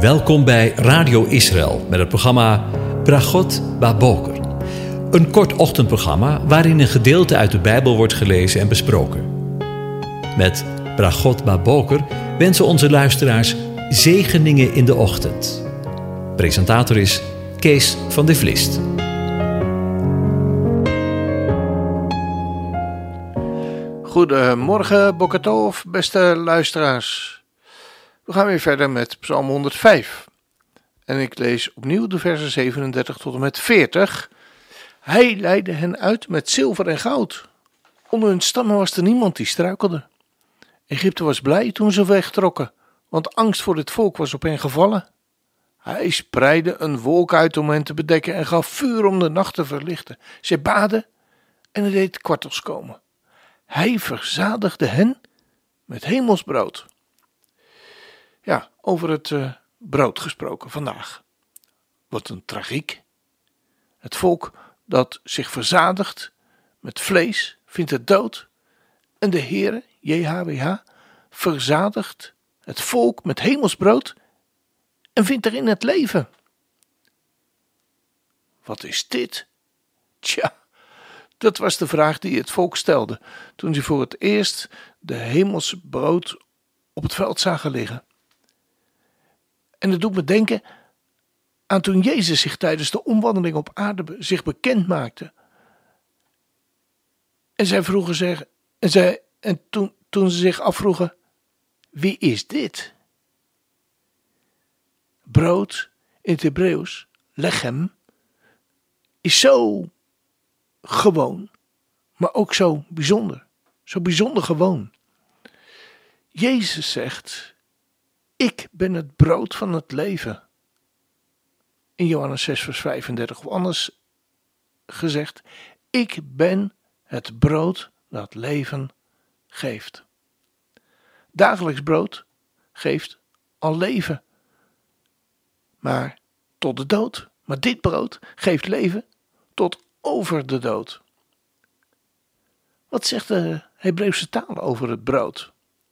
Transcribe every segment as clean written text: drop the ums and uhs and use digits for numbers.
Welkom bij Radio Israël met het programma Bragot Baboker. Een kort ochtendprogramma waarin een gedeelte uit de Bijbel wordt gelezen en besproken. Met Bragot Baboker wensen onze luisteraars zegeningen in de ochtend. Presentator is Kees van de Vlist. Goedemorgen, Boker Tov, beste luisteraars. We gaan weer verder met Psalm 105. En ik lees opnieuw de versen 37 tot en met 40. Hij leidde hen uit met zilver en goud. Onder hun stammen was er niemand die struikelde. Egypte was blij toen ze wegtrokken, want angst voor het volk was op hen gevallen. Hij spreidde een wolk uit om hen te bedekken en gaf vuur om de nacht te verlichten. Zij baden en hij deed kwartels komen. Hij verzadigde hen met hemelsbrood. Ja, over het brood gesproken vandaag. Wat een tragiek. Het volk dat zich verzadigt met vlees vindt het dood. En de Heere, JHWH, verzadigt het volk met hemelsbrood en vindt erin het leven. Wat is dit? Tja, dat was de vraag die het volk stelde toen ze voor het eerst de hemelse brood op het veld zagen liggen. En dat doet me denken aan toen Jezus zich tijdens de omwandeling op aarde zich bekend maakte. En zij vroegen zich, toen ze zich afvroegen, wie is dit? Brood in het Hebreeuws, lechem, is zo gewoon, maar ook zo bijzonder gewoon. Jezus zegt, ik ben het brood van het leven. In Johannes 6 vers 35 of anders gezegd, ik ben het brood dat leven geeft. Dagelijks brood geeft al leven, maar tot de dood. Maar dit brood geeft leven tot over de dood. Wat zegt de Hebreeuwse taal over het brood?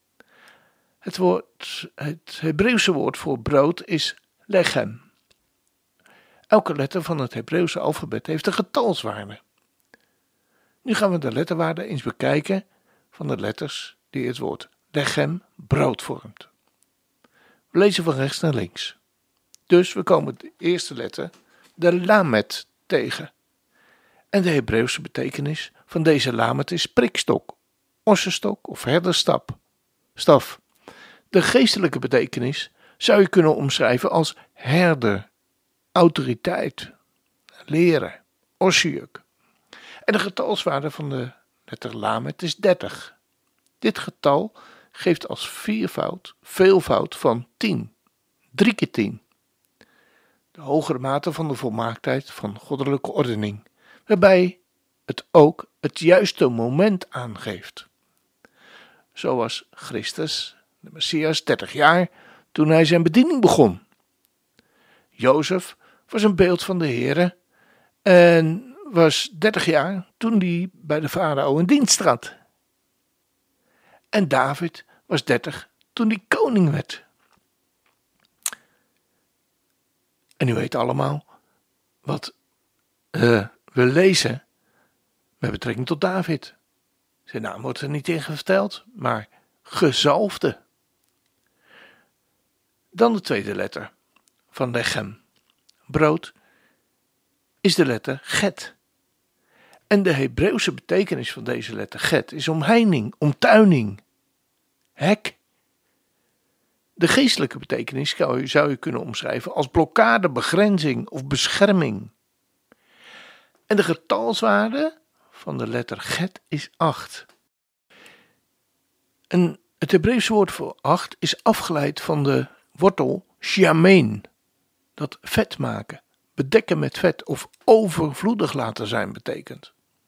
Het Hebreeuwse woord voor brood is lechem. Elke letter van het Hebreeuwse alfabet heeft een getalswaarde. Nu gaan we de letterwaarde eens bekijken van de letters die het woord lechem brood vormt. We lezen van rechts naar links. Dus we komen de eerste letter, de lamet, tegen. En de Hebreeuwse betekenis van deze lamet is prikstok, ossenstok of herderstaf. De geestelijke betekenis zou je kunnen omschrijven als herder, autoriteit, leren, osjeuk. En de getalswaarde van de letter lamet is 30. Dit getal geeft als veelvoud van 10. 3 keer 10. De hogere mate van de volmaaktheid van goddelijke ordening, waarbij het ook het juiste moment aangeeft. Zo was Christus, de Messias, 30 jaar toen hij zijn bediening begon. Jozef was een beeld van de Heere en was 30 jaar toen hij bij de farao in dienst trad. En David was 30 toen hij koning werd. En u weet allemaal wat we lezen met betrekking tot David. Zijn naam wordt er niet in verteld, maar gezalfde. Dan de tweede letter van lechem. Brood is de letter get. En de Hebreeuwse betekenis van deze letter get is omheining, omtuining, hek. De geestelijke betekenis zou je kunnen omschrijven als blokkade, begrenzing of bescherming. En de getalswaarde van de letter get is 8. En het Hebreeuwse woord voor 8 is afgeleid van de wortel shamein, dat vet maken, bedekken met vet of overvloedig laten zijn betekent.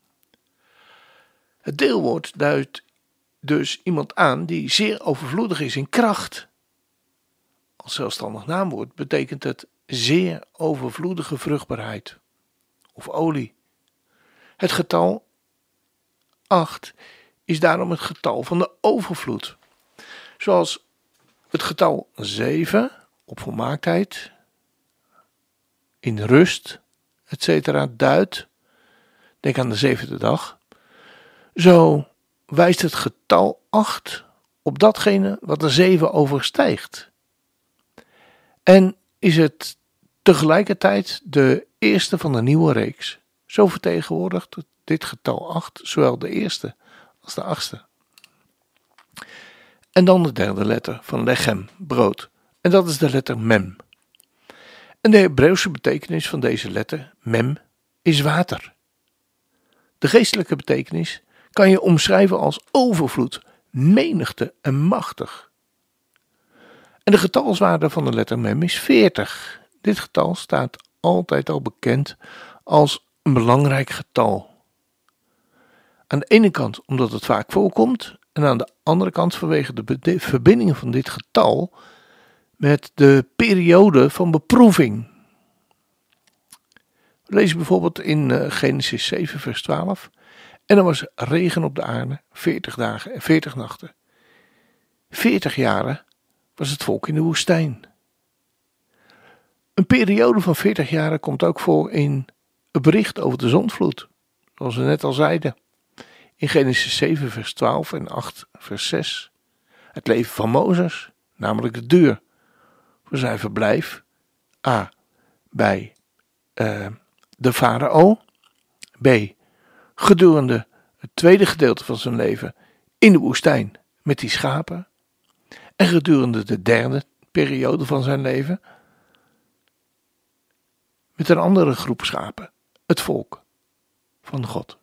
Het deelwoord duidt dus iemand aan die zeer overvloedig is in kracht. Als zelfstandig naamwoord betekent het zeer overvloedige vruchtbaarheid of olie. Het getal 8 is daarom het getal van de overvloed. Zoals het getal 7 op volmaaktheid, in rust, etc. duidt, denk aan de zevende dag, zo wijst het getal 8 op datgene wat de 7 overstijgt. En is het tegelijkertijd de eerste van de nieuwe reeks. Zo vertegenwoordigt dit getal 8 zowel de eerste als de 8e. En dan de derde letter van lechem, brood. En dat is de letter mem. En de Hebreeuwse betekenis van deze letter, mem, is water. De geestelijke betekenis kan je omschrijven als overvloed, menigte en machtig. En de getalswaarde van de letter mem is 40. Dit getal staat altijd al bekend als een belangrijk getal. Aan de ene kant omdat het vaak voorkomt en aan de andere kant vanwege de verbindingen van dit getal met de periode van beproeving. We lezen bijvoorbeeld in Genesis 7 vers 12. En er was regen op de aarde 40 dagen en 40 nachten. 40 jaren was het volk in de woestijn. Een periode van 40 jaren komt ook voor in het bericht over de zondvloed. Zoals we net al zeiden. In Genesis 7 vers 12 en 8 vers 6. Het leven van Mozes, namelijk de duur. Voor zijn verblijf A. bij de farao. B. gedurende het tweede gedeelte van zijn leven in de woestijn met die schapen. En gedurende de derde periode van zijn leven met een andere groep schapen, het volk van God.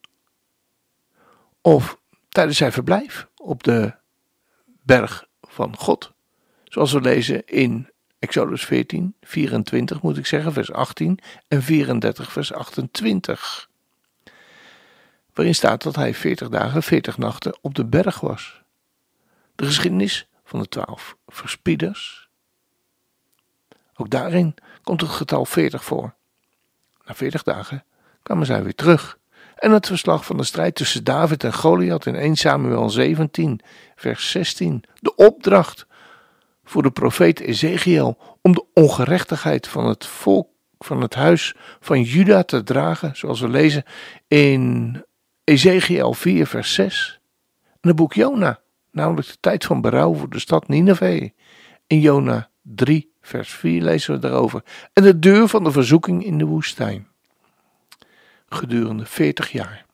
Of tijdens zijn verblijf op de berg van God, zoals we lezen in Exodus 14, 24 moet ik zeggen, vers 18 en 34 vers 28. Waarin staat dat hij 40 dagen, 40 nachten op de berg was. De geschiedenis van de 12 verspieders. Ook daarin komt het getal 40 voor. Na 40 dagen kwamen zij weer terug. En het verslag van de strijd tussen David en Goliath in 1 Samuel 17, vers 16. De opdracht voor de profeet Ezekiel om de ongerechtigheid van het volk van het huis van Juda te dragen, zoals we lezen in Ezekiel 4 vers 6. En het boek Jona, namelijk de tijd van berouw voor de stad Nineve. In Jona 3 vers 4 lezen we daarover. En de duur van de verzoeking in de woestijn. Gedurende 40 jaar.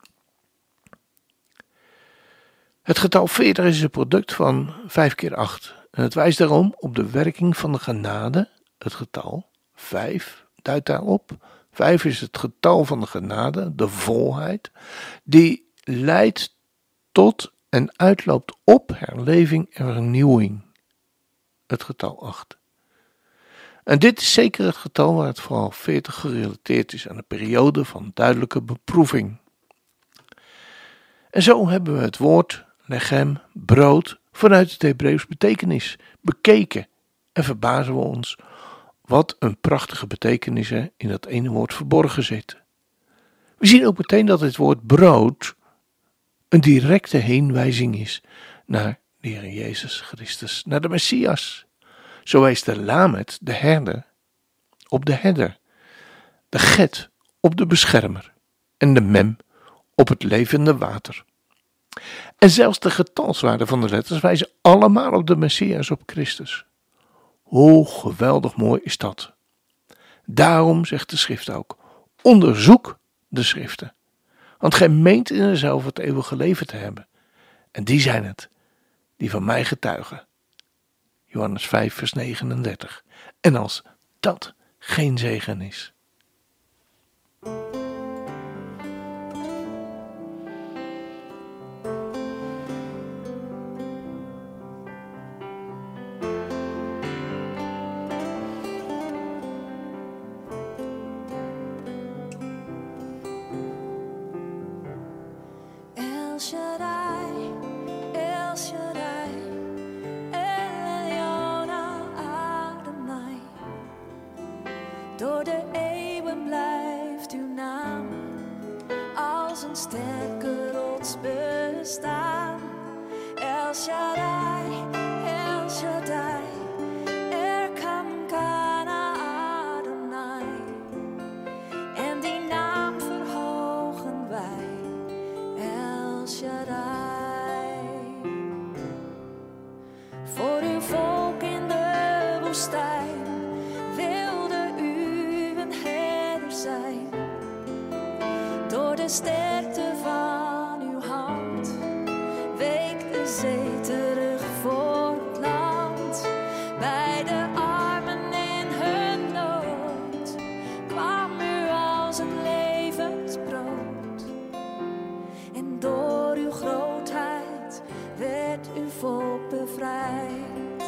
Het getal 40 is een product van 5 keer 8. En het wijst daarom op de werking van de genade. Het getal 5 duidt daarop. 5 is het getal van de genade, de volheid, die leidt tot en uitloopt op herleving en vernieuwing. Het getal 8. En dit is zeker het getal waar het vooral 40 gerelateerd is aan een periode van duidelijke beproeving. En zo hebben we het woord lechem, brood, vanuit het Hebreeuws betekenis bekeken en verbazen we ons wat een prachtige betekenis er in dat ene woord verborgen zit. We zien ook meteen dat het woord brood een directe heenwijzing is naar de Heer Jezus Christus, naar de Messias. Zo wijst de lamet, de herder, op de herder, de get op de beschermer en de mem op het levende water. En zelfs de getalswaarden van de letters wijzen allemaal op de Messias, op Christus. Hoe geweldig mooi is dat. Daarom zegt de schrift ook, onderzoek de schriften. Want gij meent in dezelfde het eeuwige leven te hebben. En die zijn het, die van mij getuigen. Johannes 5 vers 39. En als dat geen zegen is. El Shaddai, El Shaddai, El Elyon Adonai. Door de eeuwen blijft uw naam als een sterke rots bestaan. El Shaddai, El Shaddai, er kan sterkte van uw hand week de zee terug voor het land. Bij de armen in hun nood kwam u als een levend brood. En door uw grootheid werd uw volk bevrijd.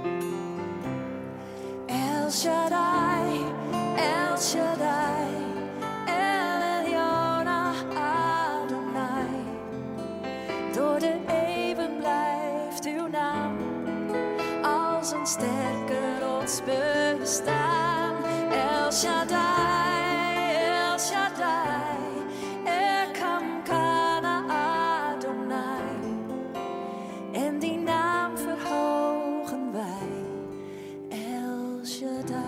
El Shaddai, El Shaddai, El Elyon Adonai. Door de eeuwen blijft uw naam als een sterke rots bestaan. El Shaddai, El Shaddai, Elkamkana Adonai. En die naam verhogen wij, El Shaddai.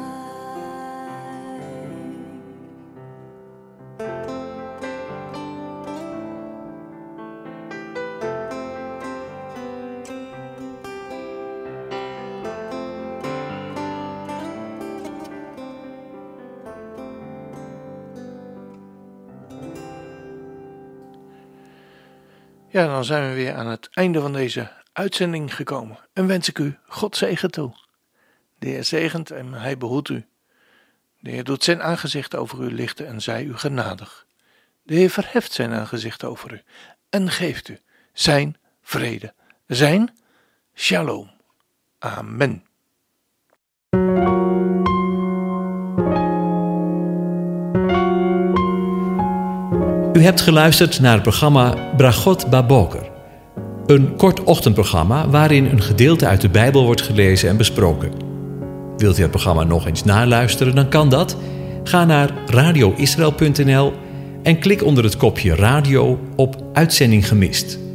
Ja, dan zijn we weer aan het einde van deze uitzending gekomen. En wens ik u God zegen toe. De Heer zegent en hij behoedt u. De Heer doet zijn aangezicht over u lichten en zij u genadig. De Heer verheft zijn aangezicht over u en geeft u zijn vrede, zijn shalom. Amen. U hebt geluisterd naar het programma Bragot Baboker. Een kort ochtendprogramma waarin een gedeelte uit de Bijbel wordt gelezen en besproken. Wilt u het programma nog eens naluisteren, dan kan dat. Ga naar radioisrael.nl en klik onder het kopje radio op Uitzending gemist.